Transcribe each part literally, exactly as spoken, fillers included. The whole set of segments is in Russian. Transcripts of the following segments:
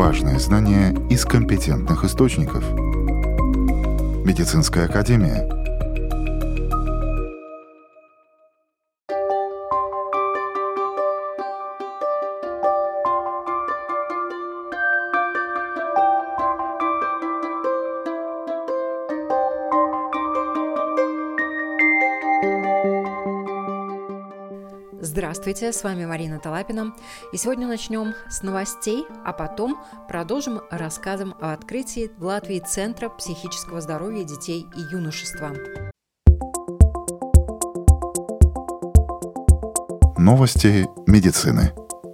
Важные знания из компетентных источников. Медицинская академия. Здравствуйте, с вами Марина Талапина. И сегодня начнем с новостей, а потом продолжим рассказом о открытии в Латвии Центра психического здоровья детей и юношества. Новости медицины.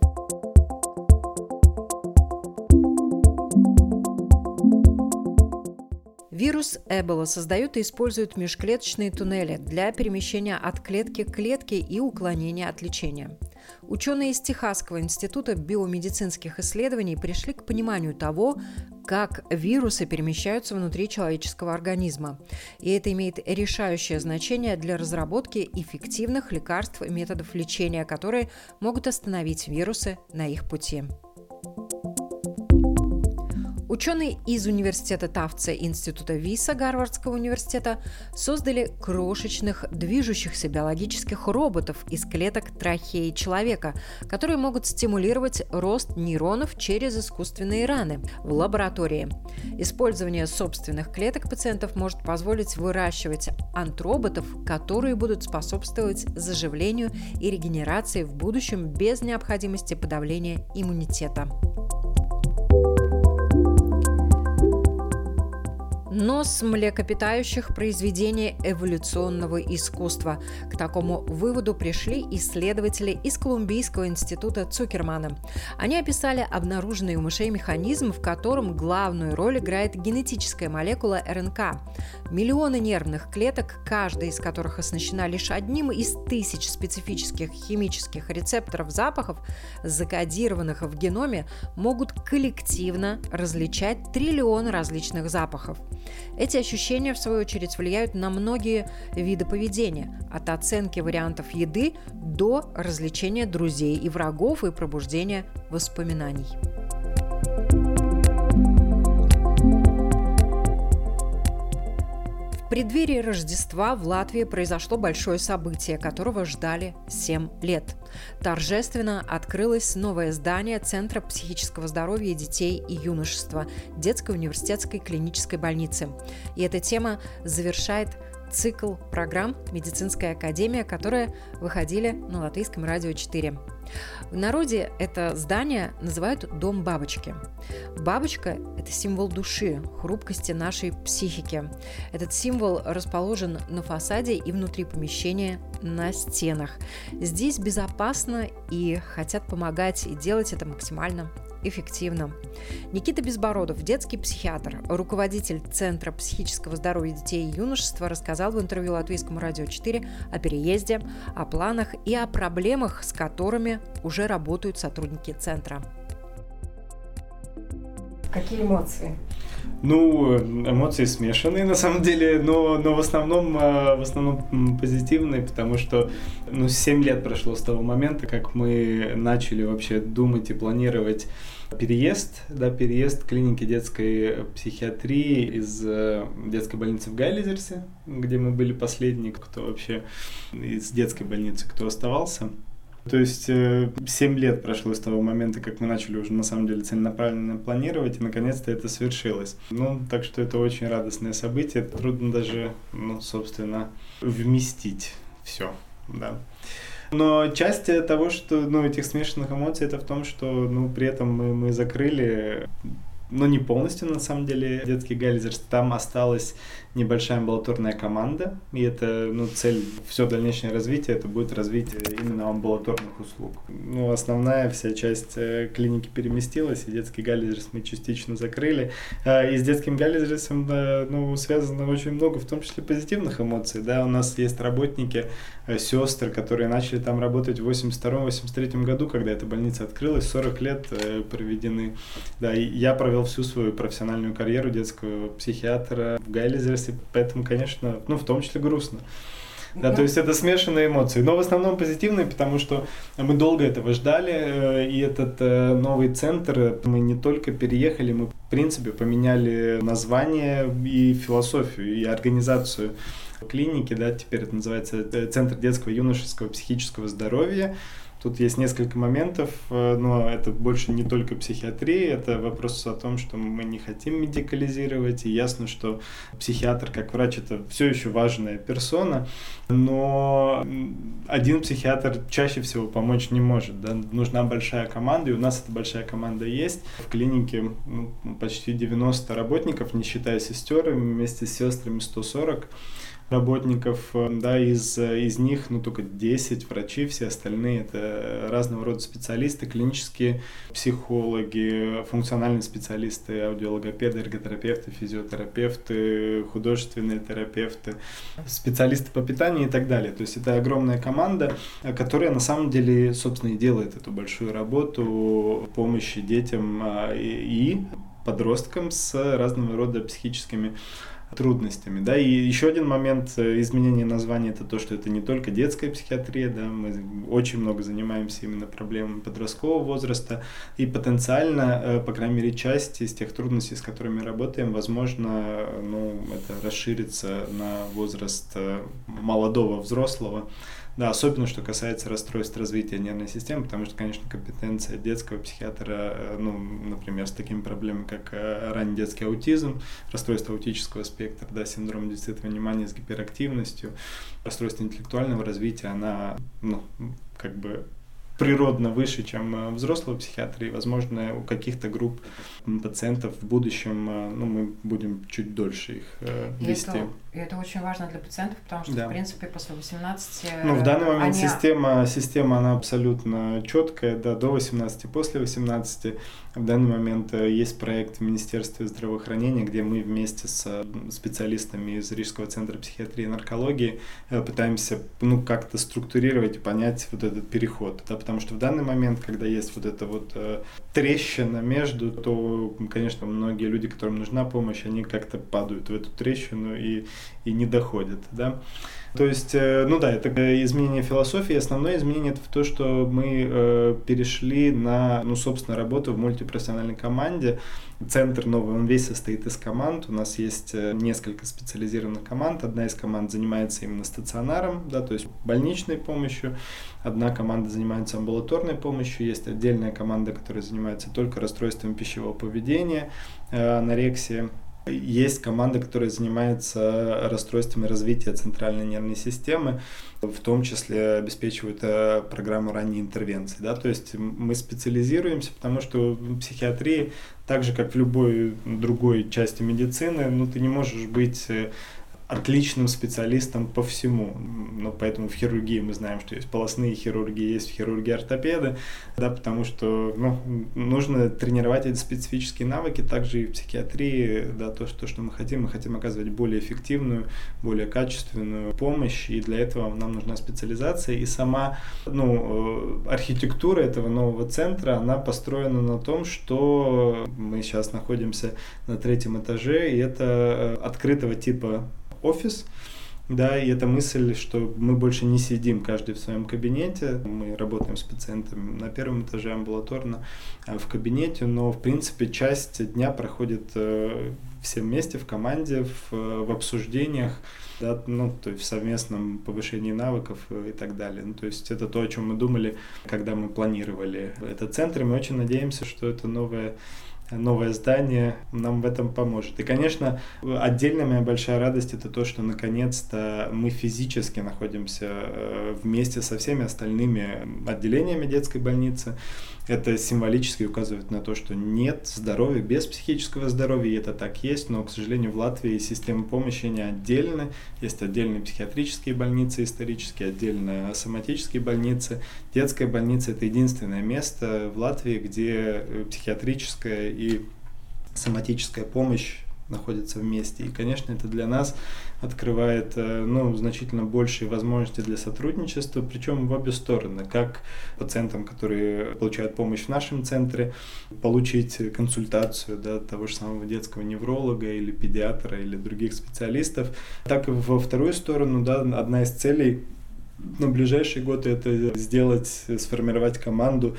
Вирус Эбола создают и используют межклеточные туннели для перемещения от клетки к клетке и уклонения от лечения. Ученые из Техасского института биомедицинских исследований пришли к пониманию того, как вирусы перемещаются внутри человеческого организма. И это имеет решающее значение для разработки эффективных лекарств и методов лечения, которые могут остановить вирусы на их пути. Ученые из университета Тафтса и института Виса Гарвардского университета создали крошечных движущихся биологических роботов из клеток трахеи человека, которые могут стимулировать рост нейронов через искусственные раны в лаборатории. Использование собственных клеток пациентов может позволить выращивать антроботов, которые будут способствовать заживлению и регенерации в будущем без необходимости подавления иммунитета. Нос млекопитающих – произведение эволюционного искусства. К такому выводу пришли исследователи из Колумбийского института Цукермана. Они описали обнаруженный у мышей механизм, в котором главную роль играет генетическая молекула эр эн ка. Миллионы нервных клеток, каждая из которых оснащена лишь одним из тысяч специфических химических рецепторов запахов, закодированных в геноме, могут коллективно различать триллион различных запахов. Эти ощущения, в свою очередь, влияют на многие виды поведения, от оценки вариантов еды до различения друзей и врагов и пробуждения воспоминаний. В преддверии Рождества в Латвии произошло большое событие, которого ждали семь лет. Торжественно открылось новое здание Центра психического здоровья детей и юношества Детской университетской клинической больницы. И эта тема завершает цикл программ «Медицинская академия», которые выходили на Латвийском радио четыре. В народе это здание называют «Дом бабочки». Бабочка – это символ души, хрупкости нашей психики. Этот символ расположен на фасаде и внутри помещения, на стенах. Здесь безопасно и хотят помогать и делать это максимально эффективно. Никита Безбородов, детский психиатр, руководитель Центра психического здоровья детей и юношества, рассказал в интервью Латвийскому радио четыре о переезде, о планах и о проблемах, с которыми уже работают сотрудники Центра. Какие эмоции? Ну, эмоции смешанные на самом деле, но, но в основном, в основном позитивные, потому что ну, семь лет прошло с того момента, как мы начали вообще думать и планировать переезд, да, переезд клиники детской психиатрии из детской больницы в Гайлизерсе, где мы были последние, кто вообще из детской больницы, кто оставался. То есть семь лет прошло с того момента, как мы начали уже на самом деле целенаправленно планировать, и наконец-то это свершилось. Ну, так что это очень радостное событие, трудно даже, ну, собственно, вместить все, да. Но часть того, что, ну, этих смешанных эмоций, это в том, что, ну, при этом мы, мы закрыли, ну, не полностью, на самом деле, детский Гайлизерс, там осталась небольшая амбулаторная команда, и это, ну, цель, все дальнейшее развитие, это будет развитие именно амбулаторных услуг. Ну, основная вся часть э, клиники переместилась, и детский Гайлизерс мы частично закрыли. Э, и с детским Гайлизерсом, э, ну, связано очень много, в том числе позитивных эмоций, да, у нас есть работники, э, сестры, которые начали там работать в восемьдесят втором — восемьдесят третьем году, когда эта больница открылась, сорок лет э, проведены, да, и я провел всю свою профессиональную карьеру детского психиатра в Гайлизерсе, поэтому, конечно, ну, в том числе грустно. Да, то есть это смешанные эмоции, но в основном позитивные, потому что мы долго этого ждали, и этот новый центр, мы не только переехали, мы в принципе поменяли название и философию, и организацию клиники, да, теперь это называется Центр детского и юношеского психического здоровья. Тут есть несколько моментов, но это больше не только психиатрия, это вопрос о том, что мы не хотим медикализировать, и ясно, что психиатр как врач это все еще важная персона, но один психиатр чаще всего помочь не может, да? Нужна большая команда, и у нас эта большая команда есть. В клинике ну, почти девяносто работников, не считая сестер, вместе с сестрами сто сорок работников, да, из, из них, ну, только десять врачи, все остальные это разного рода специалисты, клинические психологи, функциональные специалисты, аудиологопеды, эрготерапевты, физиотерапевты, художественные терапевты, специалисты по питанию и так далее. То есть это огромная команда, которая на самом деле, собственно, и делает эту большую работу помощи детям и подросткам с разного рода психическими трудностями, да, и еще один момент изменения названия это то, что это не только детская психиатрия, да, мы очень много занимаемся именно проблемами подросткового возраста и потенциально, по крайней мере, часть из тех трудностей, с которыми работаем, возможно, ну, это расширится на возраст молодого взрослого. Да, особенно, что касается расстройств развития нервной системы, потому что, конечно, компетенция детского психиатра, ну, например, с такими проблемами, как ранний детский аутизм, расстройство аутического спектра, да, синдром дефицита внимания с гиперактивностью, расстройство интеллектуального развития, она, ну, как бы природно выше, чем взрослого психиатра, и, возможно, у каких-то групп пациентов в будущем, ну, мы будем чуть дольше их э, вести. И это, и это очень важно для пациентов, потому что, да. в принципе, после восемнадцати... Ну, в данный момент они... система, система, она абсолютно четкая, да, до восемнадцати, после восемнадцати. В данный момент есть проект в Министерстве здравоохранения, где мы вместе с специалистами из Рижского центра психиатрии и наркологии пытаемся, ну, как-то структурировать и понять вот этот переход, да, потому что в данный момент, когда есть вот эта вот э, трещина между, то, конечно, многие люди, которым нужна помощь, они как-то падают в эту трещину и, и не доходят, да. То есть, э, ну да, это изменение философии. Основное изменение это в то, что мы э, перешли на, ну, собственно, работу в мультипрофессиональной команде. Центр новый, он весь состоит из команд. У нас есть несколько специализированных команд. Одна из команд занимается именно стационаром, да, то есть больничной помощью. Одна команда занимается амбулаторной помощью. Есть отдельная команда, которая занимается только расстройством пищевого поведения, э, анорексия. Есть команда, которая занимается расстройствами развития центральной нервной системы, в том числе обеспечивает программу ранней интервенции. Да? То есть мы специализируемся, потому что в психиатрии, так же как в любой другой части медицины, ну, ты не можешь быть отличным специалистом по всему. Ну, поэтому в хирургии мы знаем, что есть полостные хирурги, есть в хирургии ортопеды, да, потому что, ну, нужно тренировать эти специфические навыки, также и в психиатрии, да, то, что, что мы хотим, мы хотим оказывать более эффективную, более качественную помощь, и для этого нам нужна специализация, и сама, ну, архитектура этого нового центра, она построена на том, что мы сейчас находимся на третьем этаже, и это открытого типа офис, да, и эта мысль, что мы больше не сидим каждый в своем кабинете, мы работаем с пациентами на первом этаже амбулаторно в кабинете, но в принципе часть дня проходит все вместе в команде, в, в обсуждениях, да, ну, то есть в совместном повышении навыков и так далее. Ну, то есть это то, о чем мы думали, когда мы планировали этот центр, и мы очень надеемся, что это новое новое здание нам в этом поможет. И, конечно, отдельная моя большая радость это то, что наконец-то мы физически находимся вместе со всеми остальными отделениями детской больницы. Это символически указывает на то, что нет здоровья без психического здоровья, и это так есть, но, к сожалению, в Латвии система помощи не отдельны. Есть отдельные психиатрические больницы исторические, отдельно соматические больницы. Детская больница – это единственное место в Латвии, где психиатрическая и соматическая помощь находятся вместе. И, конечно, это для нас открывает ну, значительно большие возможности для сотрудничества, причем в обе стороны. Как пациентам, которые получают помощь в нашем центре, получить консультацию да, того же самого детского невролога или педиатра или других специалистов, так и во вторую сторону, да, одна из целей на ближайший год это сделать, сформировать команду,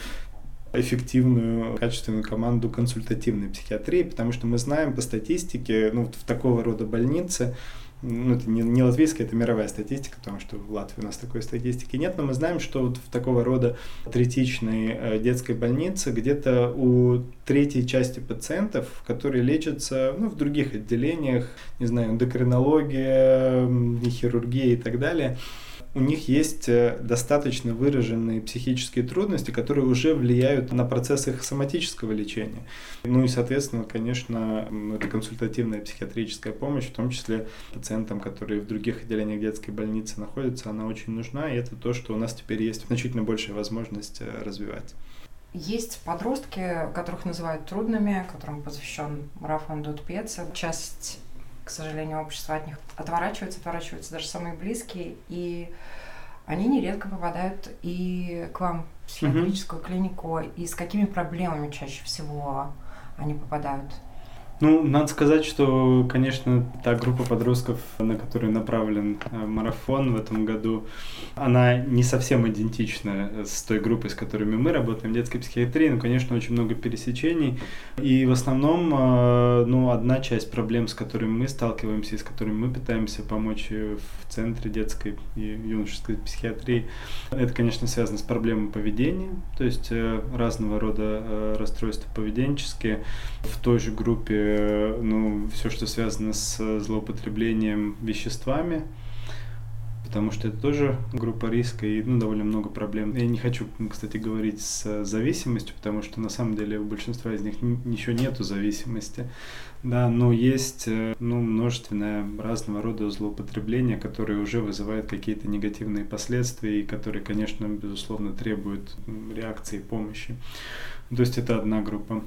эффективную, качественную команду консультативной психиатрии, потому что мы знаем по статистике, ну, в такого рода больнице, ну, это не, не латвийская, это мировая статистика, потому что в Латвии у нас такой статистики нет, но мы знаем, что вот в такого рода третичной детской больнице где-то у третьей части пациентов, которые лечатся ну, в других отделениях, не знаю, эндокринология, хирургия и так далее, у них есть достаточно выраженные психические трудности, которые уже влияют на процесс их соматического лечения. Ну и, соответственно, конечно, это консультативная психиатрическая помощь, в том числе пациентам, которые в других отделениях детской больницы находятся, она очень нужна, и это то, что у нас теперь есть значительно большая возможность развивать. Есть подростки, которых называют трудными, которым посвящен марафон Дот Пеца. Часть, к сожалению, общество от них отворачивается, отворачиваются даже самые близкие, и они нередко попадают и к вам в психиатрическую mm-hmm. клинику. И с какими проблемами чаще всего они попадают? Ну, надо сказать, что, конечно, та группа подростков, на которую направлен марафон в этом году, она не совсем идентична с той группой, с которыми мы работаем в детской психиатрии, но, конечно, очень много пересечений. И в основном, ну, одна часть проблем, с которыми мы сталкиваемся и с которыми мы пытаемся помочь в центре детской и юношеской психиатрии, это, конечно, связано с проблемой поведения, то есть разного рода расстройства поведенческие. В той же группе ну, все, что связано с злоупотреблением веществами, потому что это тоже группа риска и ну, довольно много проблем. Я не хочу, кстати, говорить с зависимостью, потому что на самом деле у большинства из них ничего нету зависимости, да, но есть ну, множественное разного рода злоупотребления, которые уже вызывают какие-то негативные последствия и которые, конечно, безусловно, требуют реакции и помощи. То есть это одна группа.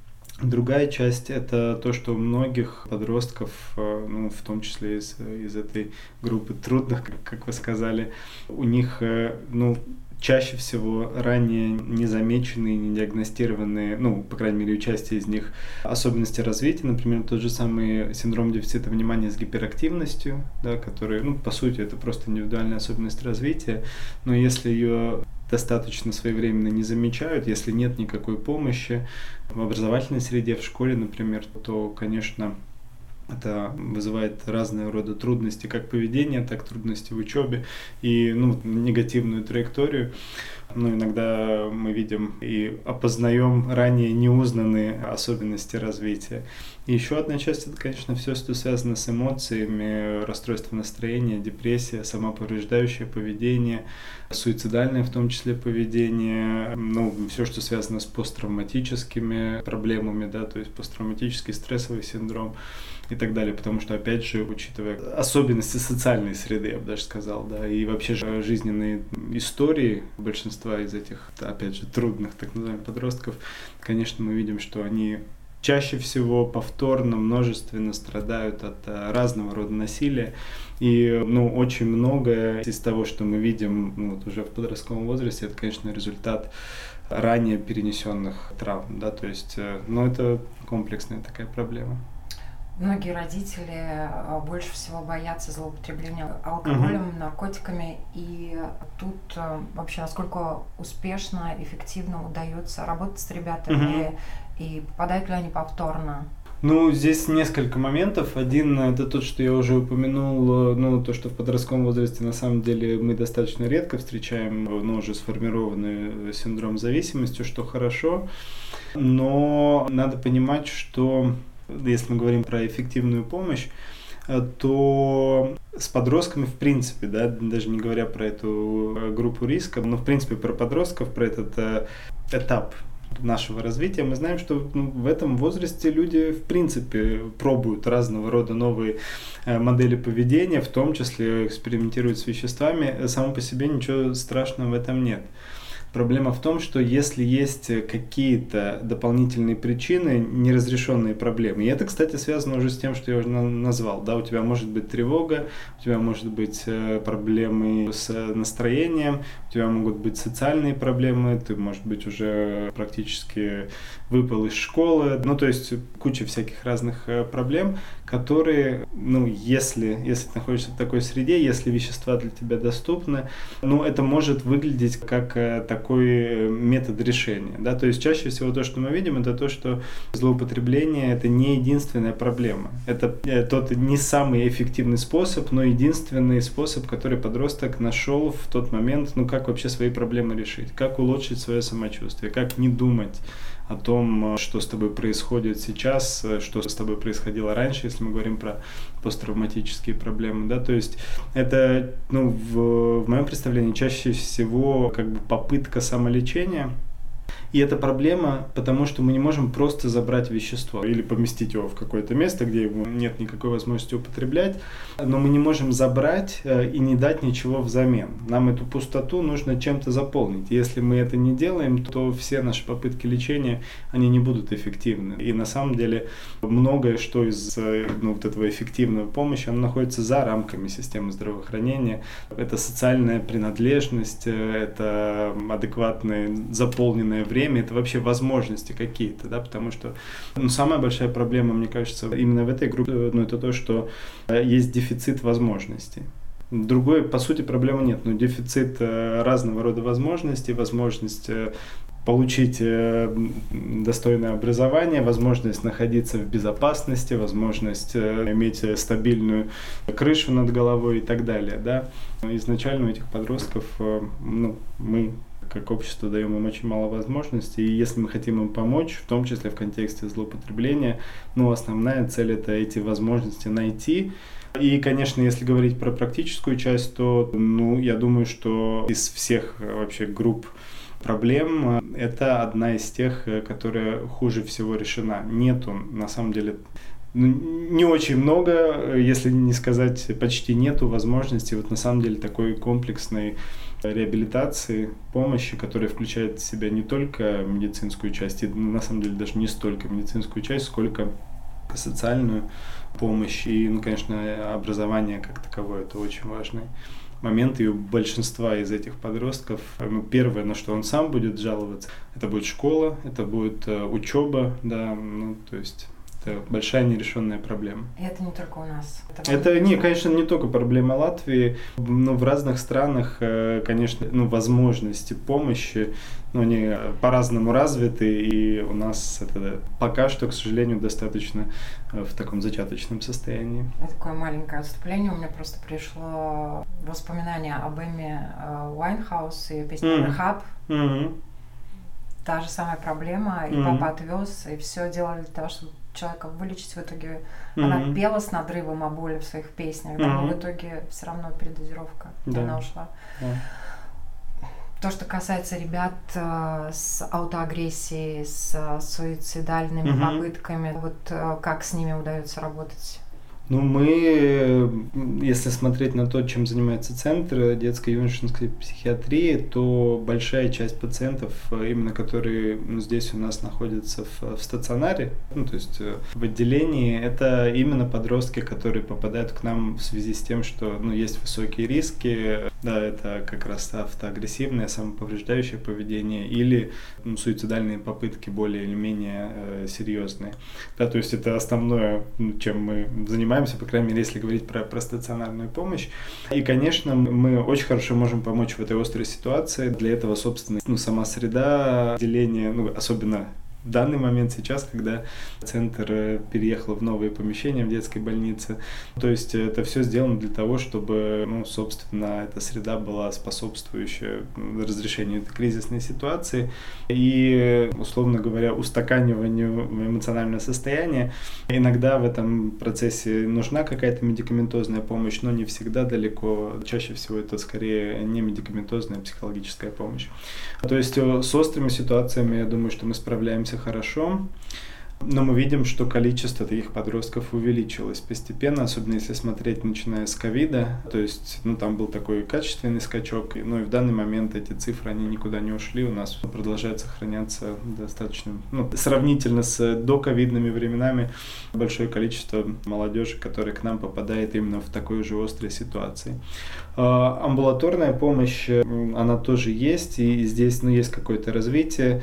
Другая часть – это то, что у многих подростков, ну, в том числе из, из этой группы трудных, как, как вы сказали, у них, ну, чаще всего ранее незамеченные, недиагностированные, ну, по крайней мере, у части из них особенности развития, например, тот же самый синдром дефицита внимания с гиперактивностью, да, который, ну, по сути, это просто индивидуальная особенность развития, но если ее достаточно своевременно не замечают, если нет никакой помощи в образовательной среде, в школе, например, то, конечно, это вызывает разные рода трудности, как поведения, так и трудности в учебе и ну, негативную траекторию. Ну, иногда мы видим и опознаем ранее неузнанные особенности развития. И еще одна часть – это, конечно, все, что связано с эмоциями, расстройство настроения, депрессия, самоповреждающее поведение, суицидальное в том числе поведение, ну, все, что связано с посттравматическими проблемами, да, то есть посттравматический стрессовый синдром и так далее, потому что, опять же, учитывая особенности социальной среды, я бы даже сказал, да, и вообще же жизненные истории большинства из этих, опять же, трудных, так называемых подростков, конечно, мы видим, что они чаще всего повторно, множественно страдают от разного рода насилия. И ну, очень многое из того, что мы видим ну, вот уже в подростковом возрасте, это, конечно, результат ранее перенесенных травм. Да? То есть, ну, это комплексная такая проблема. Многие родители больше всего боятся злоупотребления алкоголем, uh-huh. наркотиками. И тут вообще насколько успешно, эффективно удается работать с ребятами, uh-huh. и попадают ли они повторно? Ну, здесь несколько моментов. Один – это тот, что я уже упомянул, ну, то, что в подростковом возрасте на самом деле мы достаточно редко встречаем, ну, уже сформированный синдром зависимости, что хорошо. Но надо понимать, что если мы говорим про эффективную помощь, то с подростками в принципе, да, даже не говоря про эту группу риска, но в принципе про подростков, про этот этап нашего развития, мы знаем, что ну, в этом возрасте люди в принципе пробуют разного рода новые модели поведения, в том числе экспериментируют с веществами. Само по себе ничего страшного в этом нет. Проблема в том, что если есть какие-то дополнительные причины, неразрешенные проблемы, и это, кстати, связано уже с тем, что я уже назвал, да, у тебя может быть тревога, у тебя может быть проблемы с настроением, у тебя могут быть социальные проблемы, ты, может быть, уже практически выпал из школы, ну, то есть куча всяких разных проблем, которые, ну, если, если ты находишься в такой среде, если вещества для тебя доступны, ну, это может выглядеть как такой метод решения, да, то есть чаще всего то, что мы видим, это то, что злоупотребление – это не единственная проблема, это тот не самый эффективный способ, но единственный способ, который подросток нашел в тот момент, ну, как вообще свои проблемы решить, как улучшить свое самочувствие, как не думать о том, что с тобой происходит сейчас, что с тобой происходило раньше, если мы говорим про посттравматические проблемы, да, то есть это, ну, в, в моем представлении чаще всего как бы попытка самолечения. И это проблема, потому что мы не можем просто забрать вещество или поместить его в какое-то место, где его нет никакой возможности употреблять, но мы не можем забрать и не дать ничего взамен. Нам эту пустоту нужно чем-то заполнить. Если мы это не делаем, то все наши попытки лечения, они не будут эффективны. И на самом деле многое, что из, ну, вот этого эффективной помощи, оно находится за рамками системы здравоохранения. Это социальная принадлежность, это адекватное заполненное время, это вообще возможности какие-то, да, потому что, ну, самая большая проблема, мне кажется, именно в этой группе, ну, это то, что есть дефицит возможностей. Другой, по сути, проблемы нет, но дефицит разного рода возможностей, возможность получить достойное образование, возможность находиться в безопасности, возможность иметь стабильную крышу над головой и так далее, да. Изначально у этих подростков, ну, мы как общество даем им очень мало возможностей, и если мы хотим им помочь, в том числе в контексте злоупотребления, ну, основная цель – это эти возможности найти. И, конечно, если говорить про практическую часть, то, ну, я думаю, что из всех вообще групп проблем это одна из тех, которая хуже всего решена. Нету, на самом деле, не очень много, если не сказать почти нету возможностей вот на самом деле такой комплексной реабилитации, помощи, которая включает в себя не только медицинскую часть, и на самом деле даже не столько медицинскую часть, сколько социальную помощь и, ну, конечно, образование как таковое, это очень важный момент. И у большинства из этих подростков, ну, первое, на что он сам будет жаловаться, это будет школа, это будет учеба, да, ну, то есть это большая нерешенная проблема. И это не только у нас. Это, это не, конечно, не только проблема Латвии, но в разных странах, конечно, ну, возможности помощи, ну, они по-разному развиты, и у нас это пока что, к сожалению, достаточно в таком зачаточном состоянии. Такое маленькое отступление, у меня просто пришло воспоминание об Эми Уайнхаус и песне «Rehab». Mm-hmm. Та же самая проблема, и mm-hmm. папа отвез, и все делали для того, чтобы человека вылечить. В итоге mm-hmm. она пела с надрывом о боли в своих песнях, mm-hmm. но в итоге все равно передозировка, да. она ушла. Yeah. То, что касается ребят э, с аутоагрессией, с э, суицидальными mm-hmm. попытками, вот э, как с ними удается работать? Ну, мы, если смотреть на то, чем занимается Центр детской и юношеской психиатрии, то большая часть пациентов, именно которые, ну, здесь у нас находятся в, в стационаре, ну, то есть в отделении, это именно подростки, которые попадают к нам в связи с тем, что, ну, есть высокие риски, да, это как раз автоагрессивное, самоповреждающее поведение или, ну, суицидальные попытки более или менее э, серьезные. Да, то есть это основное, чем мы занимаемся, по крайней мере, если говорить про, про стационарную помощь. И, конечно, мы очень хорошо можем помочь в этой острой ситуации. Для этого, собственно, ну, сама среда отделения, ну, особенно в данный момент сейчас, когда центр переехал в новые помещения в детской больнице. То есть это все сделано для того, чтобы, ну, собственно, эта среда была способствующая разрешению этой кризисной ситуации и, условно говоря, устаканиванию эмоционального состояния. Иногда в этом процессе нужна какая-то медикаментозная помощь, но не всегда далеко. Чаще всего это скорее не медикаментозная, а психологическая помощь. То есть с острыми ситуациями, я думаю, что мы справляемся хорошо. Но мы видим, что количество таких подростков увеличилось постепенно, особенно если смотреть, начиная с ковида. То есть, ну, там был такой качественный скачок. Ну, и в данный момент эти цифры, они никуда не ушли. У нас продолжает сохраняться достаточно, ну, сравнительно с доковидными временами, большое количество молодежи, которая к нам попадает именно в такой же острой ситуации. Амбулаторная помощь, она тоже есть, и здесь, ну, есть какое-то развитие.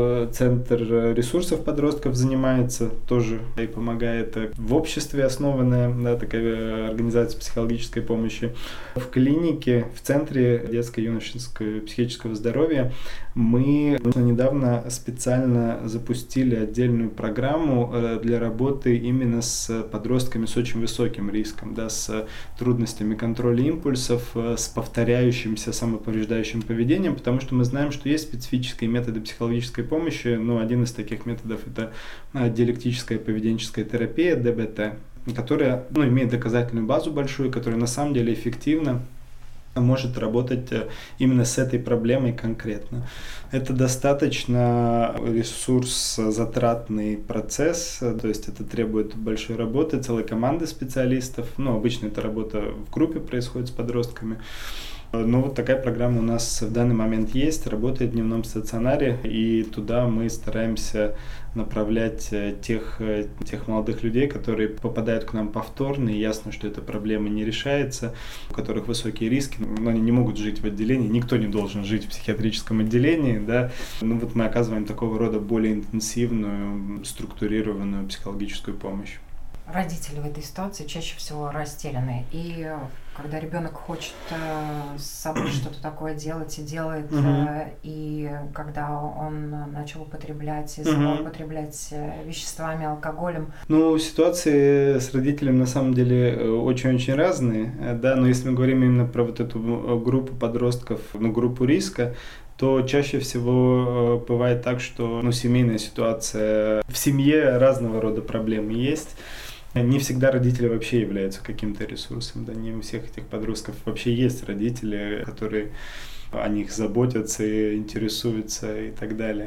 Центр ресурсов подростков занимается тоже и помогает. В обществе основанная, да, такая организация психологической помощи. В клинике, в Центре детско-юношеского психического здоровья мы недавно специально запустили отдельную программу для работы именно с подростками с очень высоким риском, да, с трудностями контроля импульсов, с повторяющимся самоповреждающим поведением, потому что мы знаем, что есть специфические методы психологической помощи. Ну, один из таких методов – это диалектическая поведенческая терапия, ди би ти, которая, ну, имеет доказательную базу большую, которая на самом деле эффективна, может работать именно с этой проблемой конкретно. Это достаточно ресурсозатратный процесс, то есть это требует большой работы, целой команды специалистов. Ну, обычно эта работа в группе происходит с подростками. Но вот такая программа у нас в данный момент есть, работает в дневном стационаре, и туда мы стараемся направлять тех, тех молодых людей, которые попадают к нам повторно, и ясно, что эта проблема не решается, у которых высокие риски, но они не могут жить в отделении, никто не должен жить в психиатрическом отделении, да. Ну вот мы оказываем такого рода более интенсивную, структурированную психологическую помощь. Родители в этой ситуации чаще всего растеряны, и когда ребенок хочет э, с собой что-то такое делать и делает, uh-huh. э, и когда он начал употреблять и uh-huh. злоупотреблять э, веществами, алкоголем. Ну, ситуации с родителями на самом деле очень-очень разные, да, но если мы говорим именно про вот эту группу подростков, ну, группу риска, то чаще всего бывает так, что, ну, семейная ситуация, в семье разного рода проблемы есть. Не всегда родители вообще являются каким-то ресурсом, да, не у всех этих подростков вообще есть родители, которые о них заботятся и интересуются и так далее.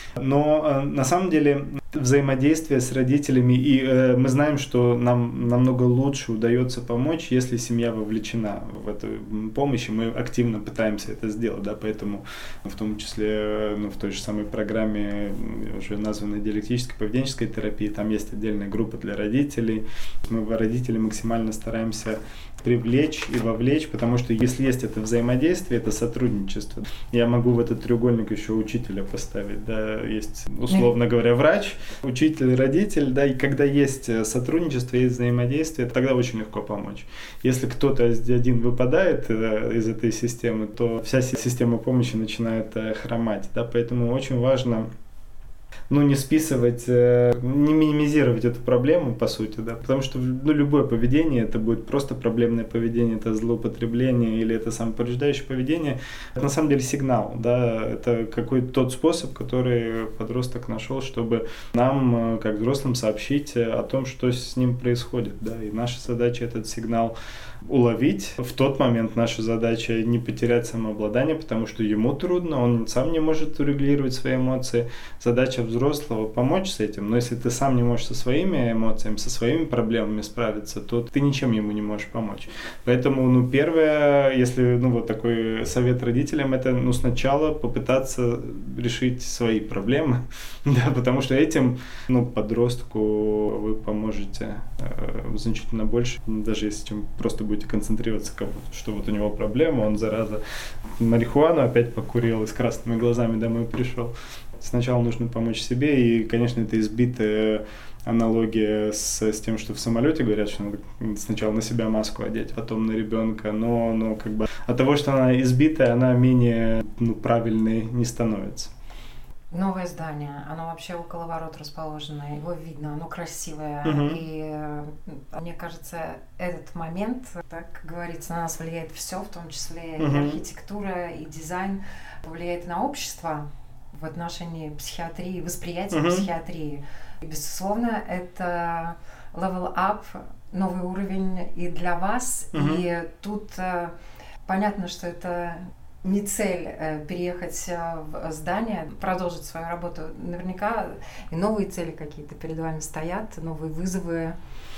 Но на самом деле взаимодействие с родителями, и э, мы знаем, что нам намного лучше удается помочь, если семья вовлечена в эту помощь, и мы активно пытаемся это сделать, да, поэтому в том числе, ну, в той же самой программе, уже названной диалектической поведенческой терапии, там есть отдельная группа для родителей. Мы родителей максимально стараемся привлечь и вовлечь, потому что если есть это взаимодействие, это сотрудничество. Я могу в этот треугольник еще учителя поставить, да, есть, условно говоря, врач, учитель, родитель, да, и когда есть сотрудничество, есть взаимодействие, тогда очень легко помочь. Если кто-то один выпадает из этой системы, то вся система помощи начинает хромать, да, поэтому очень важно, ну, не списывать, не минимизировать эту проблему, по сути, да, потому что, ну, любое поведение, это будет просто проблемное поведение, это злоупотребление или это самоповреждающее поведение, это на самом деле сигнал, да, это какой-то тот способ, который подросток нашел, чтобы нам, как взрослым, сообщить о том, что с ним происходит, да, и наша задача этот сигнал уловить. В тот момент наша задача не потерять самообладание, потому что ему трудно, он сам не может урегулировать свои эмоции. Задача взрослого помочь с этим, но если ты сам не можешь со своими эмоциями, со своими проблемами справиться, то ты ничем ему не можешь помочь. Поэтому, ну, первое, если, ну, вот такой совет родителям, это, ну, сначала попытаться решить свои проблемы, да, потому что этим, ну, подростку вы поможете э, значительно больше, даже если чем просто будете концентрироваться, как будто, что вот у него проблема, он, зараза, марихуану опять покурил и с красными глазами домой пришел. Сначала нужно помочь себе, и, конечно, это избитая аналогия с, с тем, что в самолете говорят, что надо сначала на себя маску одеть, потом на ребенка, но, но как бы от того, что она избитая, она менее, ну, правильной не становится. Новое здание, оно вообще около ворот расположено, его видно, оно красивое, uh-huh. и мне кажется, этот момент, так как говорится, на нас влияет все, в том числе uh-huh. и архитектура, и дизайн, влияет на общество в отношении психиатрии, восприятия uh-huh. психиатрии. И, безусловно, это level up, новый уровень и для вас, uh-huh. и тут понятно, что это не цель э, переехать в здание, продолжить свою работу. Наверняка и новые цели какие-то перед вами стоят, новые вызовы.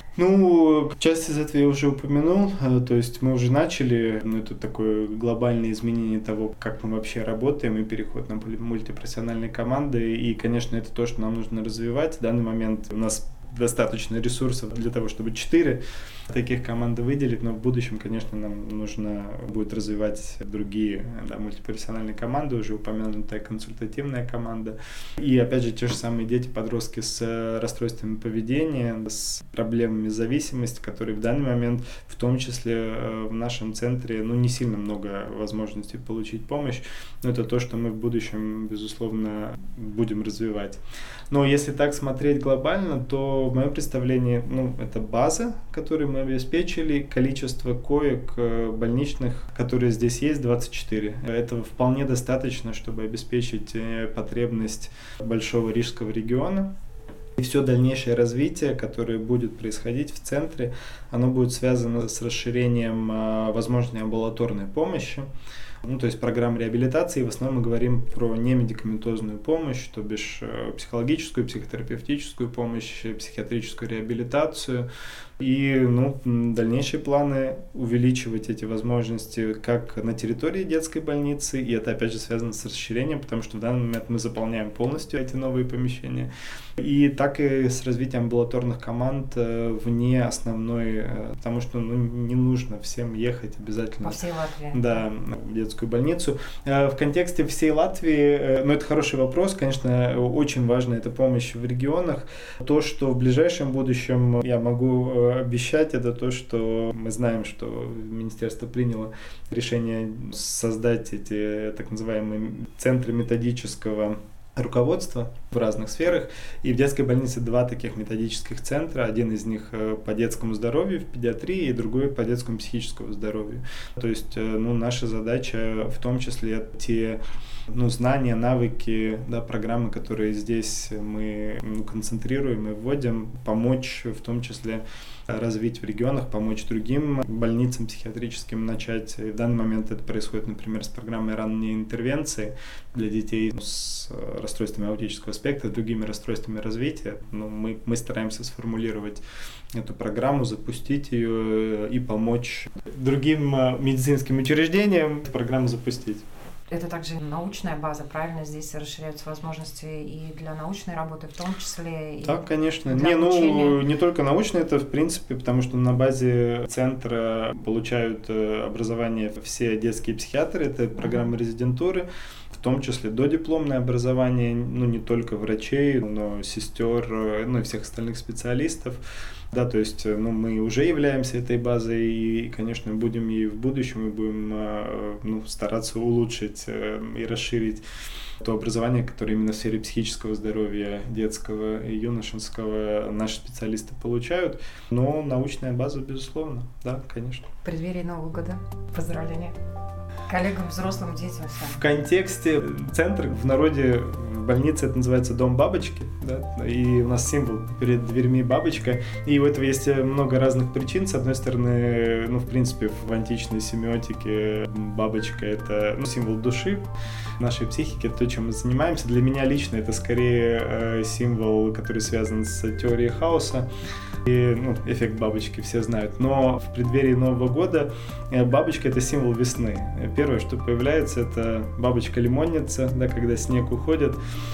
Ну, часть из этого я уже упомянул, то есть мы уже начали, ну, это такое глобальное изменение того, как мы вообще работаем, и переход на мультипрофессиональные команды, и, конечно, это то, что нам нужно развивать. В данный момент у нас достаточно ресурсов для того, чтобы четыре таких команды выделить, но в будущем, конечно, нам нужно будет развивать другие, да, мультипрофессиональные команды, уже упомянутая консультативная команда. И, опять же, те же самые дети, подростки с расстройствами поведения, с проблемами зависимости, которые в данный момент, в том числе в нашем центре, ну, не сильно много возможностей получить помощь, но это то, что мы в будущем, безусловно, будем развивать. Но если так смотреть глобально, то в моем представлении, ну, это база, которую мы обеспечили, количество коек больничных, которые здесь есть, двадцать четыре. Этого вполне достаточно, чтобы обеспечить потребность большого рижского региона. И все дальнейшее развитие, которое будет происходить в центре, оно будет связано с расширением возможной амбулаторной помощи. Ну, то есть программ реабилитации. В основном мы говорим про немедикаментозную помощь, то бишь психологическую, психотерапевтическую помощь, психиатрическую реабилитацию. И, ну, дальнейшие планы увеличивать эти возможности как на территории детской больницы, и это опять же связано с расширением, потому что в данный момент мы заполняем полностью эти новые помещения, и так и с развитием амбулаторных команд вне основной, потому что, ну, не нужно всем ехать обязательно по всей Латвии. Да, в детскую больницу. В контексте всей Латвии, ну, это хороший вопрос, конечно, очень важна эта помощь в регионах. То, что в ближайшем будущем я могу обещать, это то, что мы знаем, что министерство приняло решение создать эти так называемые центры методического руководства в разных сферах. И в детской больнице два таких методических центра. Один из них по детскому здоровью в педиатрии, и другой по детскому психическому здоровью. То есть, ну, наша задача в том числе те, ну, знания, навыки, да, программы, которые здесь мы, ну, концентрируем и вводим, помочь в том числе развить в регионах, помочь другим больницам психиатрическим начать. И в данный момент это происходит, например, с программой ранней интервенции для детей с расстройствами аутического спектра, другими расстройствами развития. Ну, мы, мы стараемся сформулировать эту программу, запустить ее и помочь другим медицинским учреждениям эту программу запустить. Это также научная база, правильно? Здесь расширяются возможности и для научной работы, в том числе и да, конечно. Для не, обучения. Ну, не только научная, это в принципе, потому что на базе центра получают образование все детские психиатры, это программа резидентуры, в том числе додипломное образование, ну, не только врачей, но сестер, ну, и всех остальных специалистов. Да, то есть, ну, мы уже являемся этой базой, и, конечно, будем и в будущем, мы будем, ну, стараться улучшить и расширить то образование, которое именно в сфере психического здоровья, детского и юношеского наши специалисты получают. Но научная база, безусловно, да, конечно. В преддверии Нового года. Поздравления коллегам, взрослым, детям. Всем. В контексте центра, в народе, в больнице это называется дом бабочки, да, и у нас символ перед дверьми бабочка, и у этого есть много разных причин. С одной стороны, ну, в принципе, в античной семиотике бабочка — это, ну, символ души, нашей психики, это то, чем мы занимаемся. Для меня лично это скорее э, символ, который связан с теорией хаоса. И, ну, эффект бабочки все знают. Но в преддверии Нового года бабочка — это символ весны. Первое, что появляется, это бабочка-лимонница, да, когда снег уходит.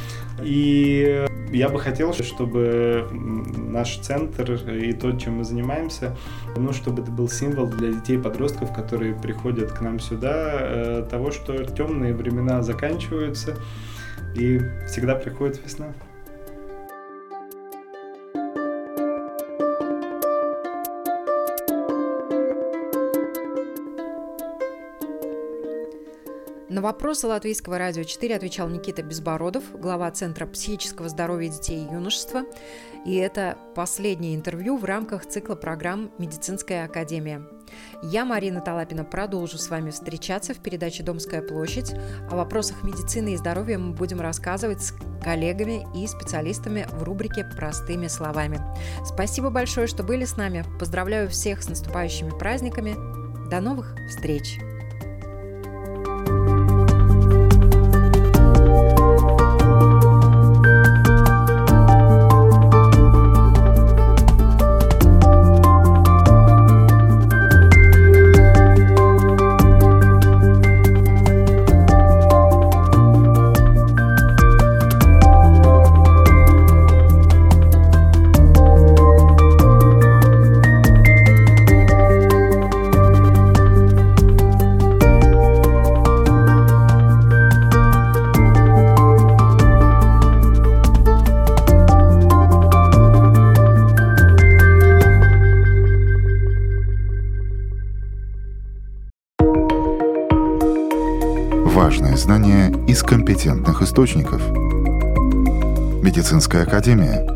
И я бы хотел, чтобы наш центр и то, чем мы занимаемся, ну, чтобы это был символ для детей и подростков, которые приходят к нам сюда, того, что темные времена заканчиваются и всегда приходит весна. На вопросы Латвийского радио четыре отвечал Никита Безбородов, глава Центра психического здоровья детей и юношества. И это последнее интервью в рамках цикла программ «Медицинская академия». Я, Марина Талапина, продолжу с вами встречаться в передаче «Домская площадь». О вопросах медицины и здоровья мы будем рассказывать с коллегами и специалистами в рубрике «Простыми словами». Спасибо большое, что были с нами. Поздравляю всех с наступающими праздниками. До новых встреч! Thank you. из компетентных источников. Медицинская академия.